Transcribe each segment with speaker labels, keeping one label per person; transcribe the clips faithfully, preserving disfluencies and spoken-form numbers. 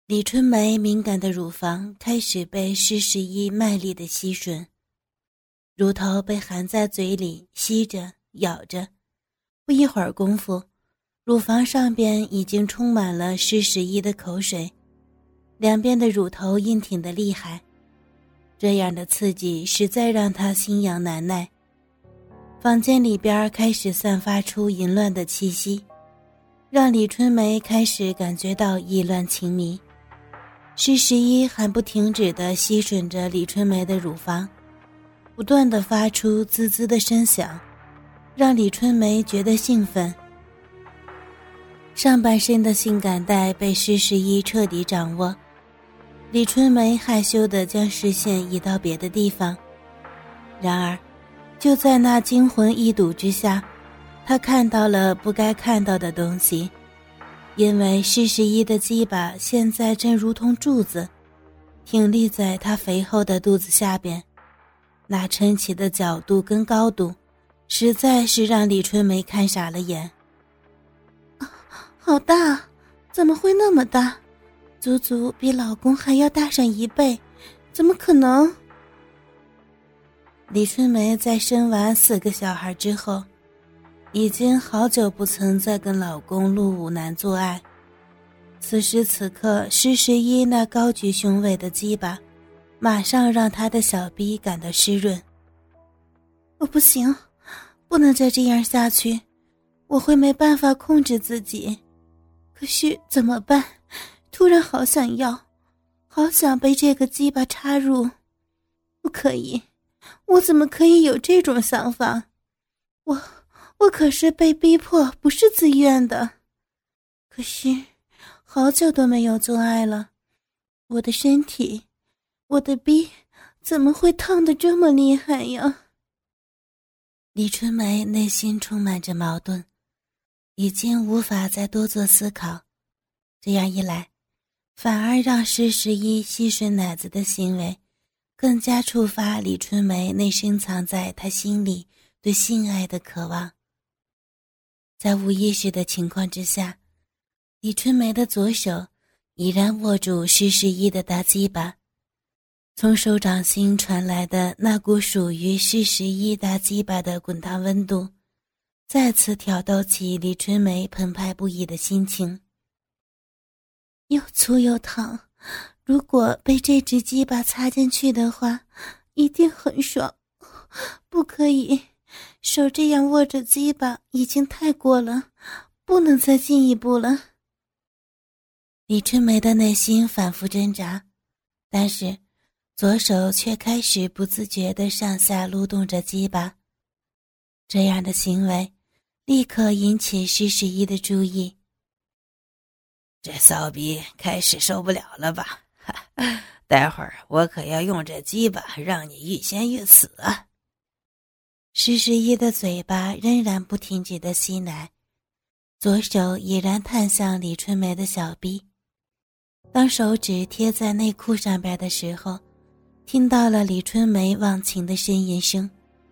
Speaker 1: 李春梅敏感的乳房开始被施十一卖力的吸吮，乳头被含在嘴里吸着咬着，不一会儿功夫，乳房上边已经充满了施十一的口水，两边的乳头硬挺得厉害，这样的刺激实在让她心痒难耐。房间里边开始散发出淫乱的气息，让李春梅开始感觉到意乱情迷。施十一还不停止地吸吮着李春梅的乳房，不断地发出滋滋的声响，让李春梅觉得兴奋。上半身的性感带被施十一彻底掌握，李春梅害羞地将视线移到别的地方。然而就在那惊魂一睹之下，她看到了不该看到的东西。因为施十一的鸡巴现在正如同柱子，挺立在她肥厚的肚子下边，那撑起的角度跟高度，实在是让李春梅看傻了眼。啊，好大，怎么会那么大？足足比老公还要大上一倍，怎么可能？李春梅在生完四个小孩之后，已经好久不曾再跟老公陆武男做爱。此时此刻，施十一那高举雄伟的鸡巴马上让她的小臂感到湿润。我不行，不能再这样下去，我会没办法控制自己。可是怎么办？突然好想要，好想被这个鸡巴插入。不可以，我怎么可以有这种想法？我我可是被逼迫，不是自愿的。可是好久都没有做爱了，我的身体，我的逼怎么会烫得这么厉害呀？李春梅内心充满着矛盾，已经无法再多做思考。这样一来，反而让施十一吸吮奶子的行为更加触发李春梅内深藏在她心里对性爱的渴望。在无意识的情况之下，李春梅的左手依然握住施十一的大鸡巴，从手掌心传来的那股属于施十一大鸡巴的滚烫温度，再次挑逗起李春梅澎湃不已的心情。又粗又烫，如果被这只鸡巴插进去的话，一定很爽。不可以，手这样握着鸡巴已经太过了，不能再进一步了。李春梅的内心反复挣扎，但是左手却开始不自觉地上下撸动着鸡巴。这样的行为立刻引起施十一的注意。
Speaker 2: 这骚逼开始受不了了吧？待会儿我可要用这鸡巴让你欲仙欲死啊！
Speaker 1: 施十一的嘴巴仍然不停止的吸奶，左手已然探向李春梅的小臂。当手指贴在内裤上边的时候，听到了李春梅忘情的呻吟声。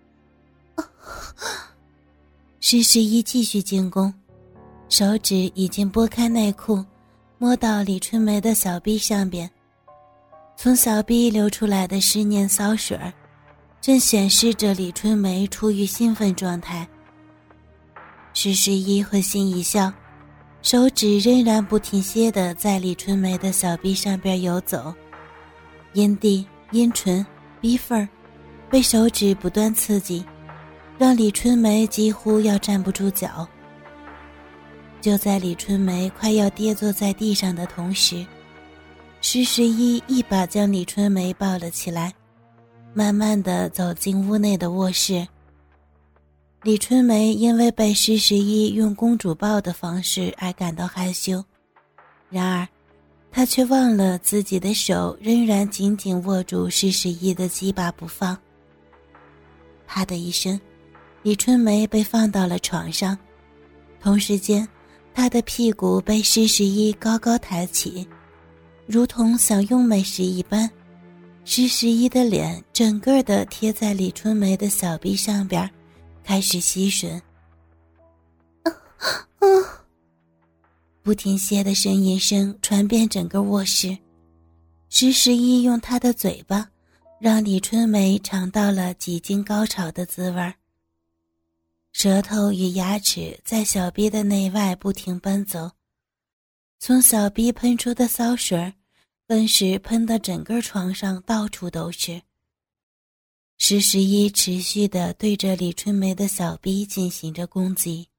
Speaker 1: 施十一继续进攻，手指已经拨开内裤，摸到李春梅的小臂上边，从小臂流出来的湿黏骚水正显示着李春梅处于兴奋状态。施十一会心一笑，手指仍然不停歇地在李春梅的小臂上边游走，阴蒂、阴唇、逼缝被手指不断刺激，让李春梅几乎要站不住脚。就在李春梅快要跌坐在地上的同时，施十一一把将李春梅抱了起来，慢慢地走进屋内的卧室。李春梅因为被施十一用公主抱的方式而感到害羞，然而她却忘了自己的手仍然紧紧握住施十一的鸡巴不放。啪的一声，李春梅被放到了床上，同时间她的屁股被施十一高高抬起，如同享用美食一般。施十一的脸整个的贴在李春梅的小臂上边，开始吸吮。啊啊！ 不停歇的呻吟声传遍整个卧室。施十一用他的嘴巴让李春梅尝到了几经高潮的滋味，舌头与牙齿在小臂的内外不停奔走，从小臂喷出的骚水更是喷得整个床上到处都是。施十一持续地对着李春梅的小臂进行着攻击。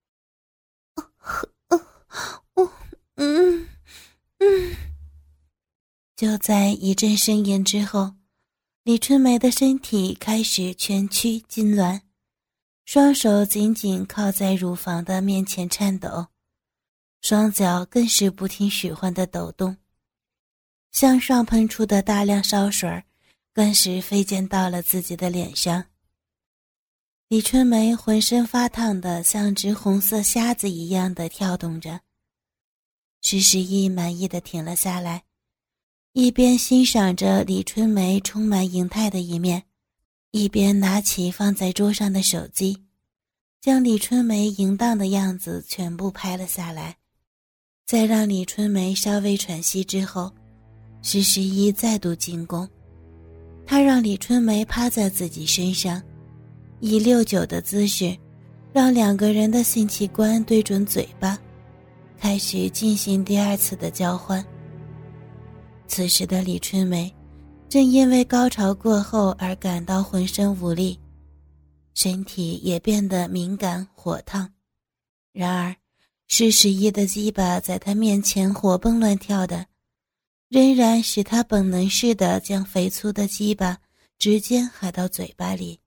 Speaker 1: 嗯嗯，就在一阵呻吟之后，李春梅的身体开始蜷曲痉挛，双手紧紧靠在乳房的面前颤抖，双脚更是不听使唤地抖动，向上喷出的大量烧水更是飞溅到了自己的脸上。李春梅浑身发烫的像只红色瞎子一样的跳动着。施十一满意的停了下来，一边欣赏着李春梅充满淫态的一面，一边拿起放在桌上的手机，将李春梅淫荡的样子全部拍了下来。在让李春梅稍微喘息之后，施十一再度进攻。他让李春梅趴在自己身上，以六九的姿势，让两个人的性器官对准嘴巴，开始进行第二次的交换。此时的李春梅正因为高潮过后而感到浑身无力，身体也变得敏感火烫。然而施十一的鸡巴在她面前活蹦乱跳的，仍然使她本能似的将肥粗的鸡巴直接含到嘴巴里。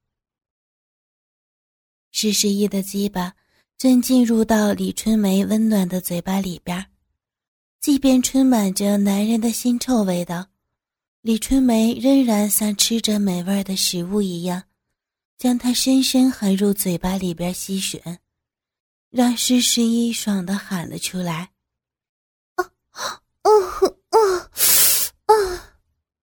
Speaker 1: 施十一的鸡巴正进入到李春梅温暖的嘴巴里边，即便充满着男人的腥臭味道，李春梅仍然像吃着美味的食物一样，将它深深含入嘴巴里边吸吮，让施十一爽地喊了出来：啊啊啊啊！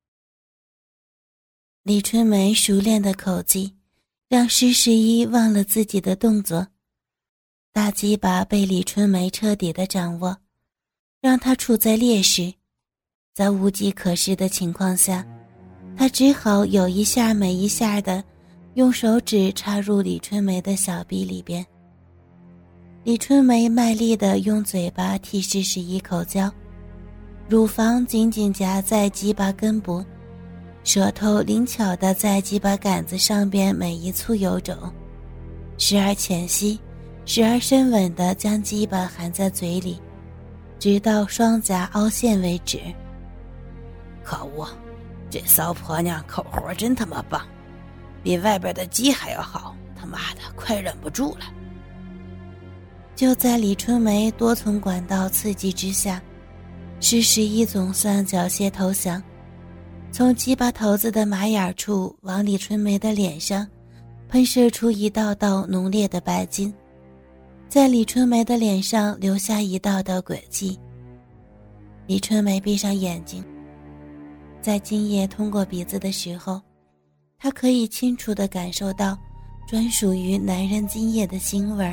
Speaker 1: 李春梅熟练的口技让施十一忘了自己的动作，大鸡巴被李春梅彻底的掌握，让她处在劣势。在无计可施的情况下，她只好有一下没一下的用手指插入李春梅的小臂里边。李春梅卖力地用嘴巴替施十一口交，乳房紧紧夹在鸡巴根部，舌头灵巧地在鸡巴杆子上边每一处游走，时而浅吸，时而深吻地将鸡巴含在嘴里，直到双颊凹陷为止。
Speaker 2: 可恶，这骚婆娘口活真他妈棒，比外边的鸡还要好，他妈的快忍不住了。
Speaker 1: 就在李春梅多重管道刺激之下，施十一总算缴械投降，从鸡巴头子的马眼处往李春梅的脸上喷射出一道道浓烈的白筋，在李春梅的脸上留下一道道轨迹。李春梅闭上眼睛，在精液通过鼻子的时候，她可以清楚地感受到专属于男人精液的腥味儿。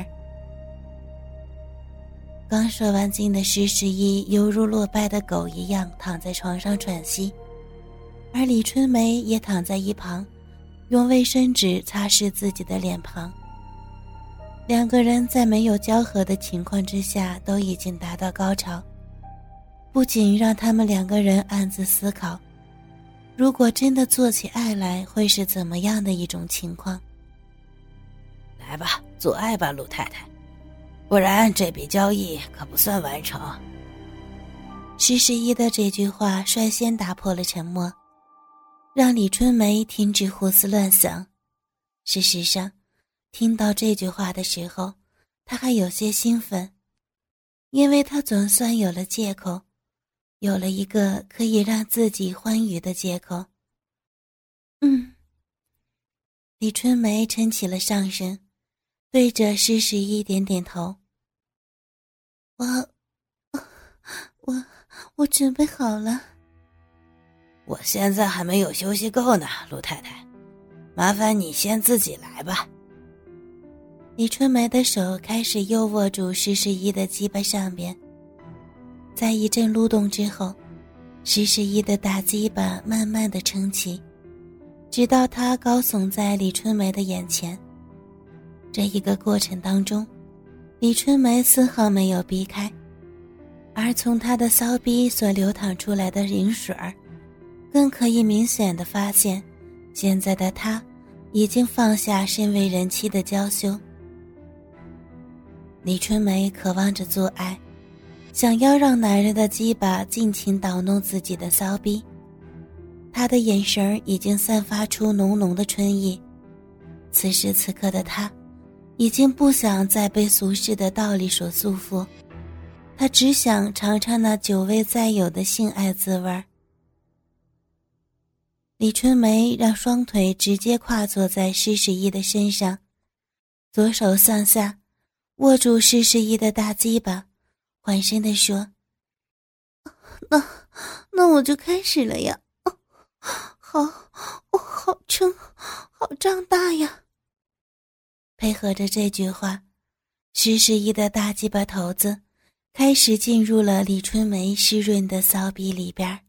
Speaker 1: 刚射完精的施十一犹如落败的狗一样躺在床上喘息，而李春梅也躺在一旁，用卫生纸擦拭自己的脸庞。两个人在没有交合的情况之下都已经达到高潮，不仅让他们两个人暗自思考，如果真的做起爱来会是怎么样的一种情况。
Speaker 2: 来吧，做爱吧，陆太太，不然这笔交易可不算完成。
Speaker 1: 施十一的这句话率先打破了沉默，让李春梅停止胡思乱想。事实上，听到这句话的时候，她还有些兴奋，因为她总算有了借口，有了一个可以让自己欢愉的借口。嗯，李春梅撑起了上身，对着施十一点点头。我我我准备好了。
Speaker 2: 我现在还没有休息够呢，陆太太，麻烦你先自己来吧。
Speaker 1: 李春梅的手开始又握住施十一的鸡巴上边， 在一阵撸动之后，施十一的大鸡巴慢慢地撑起，直到他高耸在李春梅的眼前。这一个过程当中，李春梅丝毫没有避开，而从她的骚逼所流淌出来的饮水儿，更可以明显地发现，现在的她已经放下身为人妻的娇羞。李春梅渴望着做爱，想要让男人的鸡巴尽情捣弄自己的骚逼，她的眼神已经散发出浓浓的春意。此时此刻的她已经不想再被俗世的道理所束缚，她只想尝尝那久未再有的性爱滋味。李春梅让双腿直接跨坐在施十一的身上，左手向下握住施十一的大鸡巴，缓声地说：那那我就开始了呀，好我好撑，好胀大呀。配合着这句话，施十一的大鸡巴头子开始进入了李春梅湿润的骚逼里边。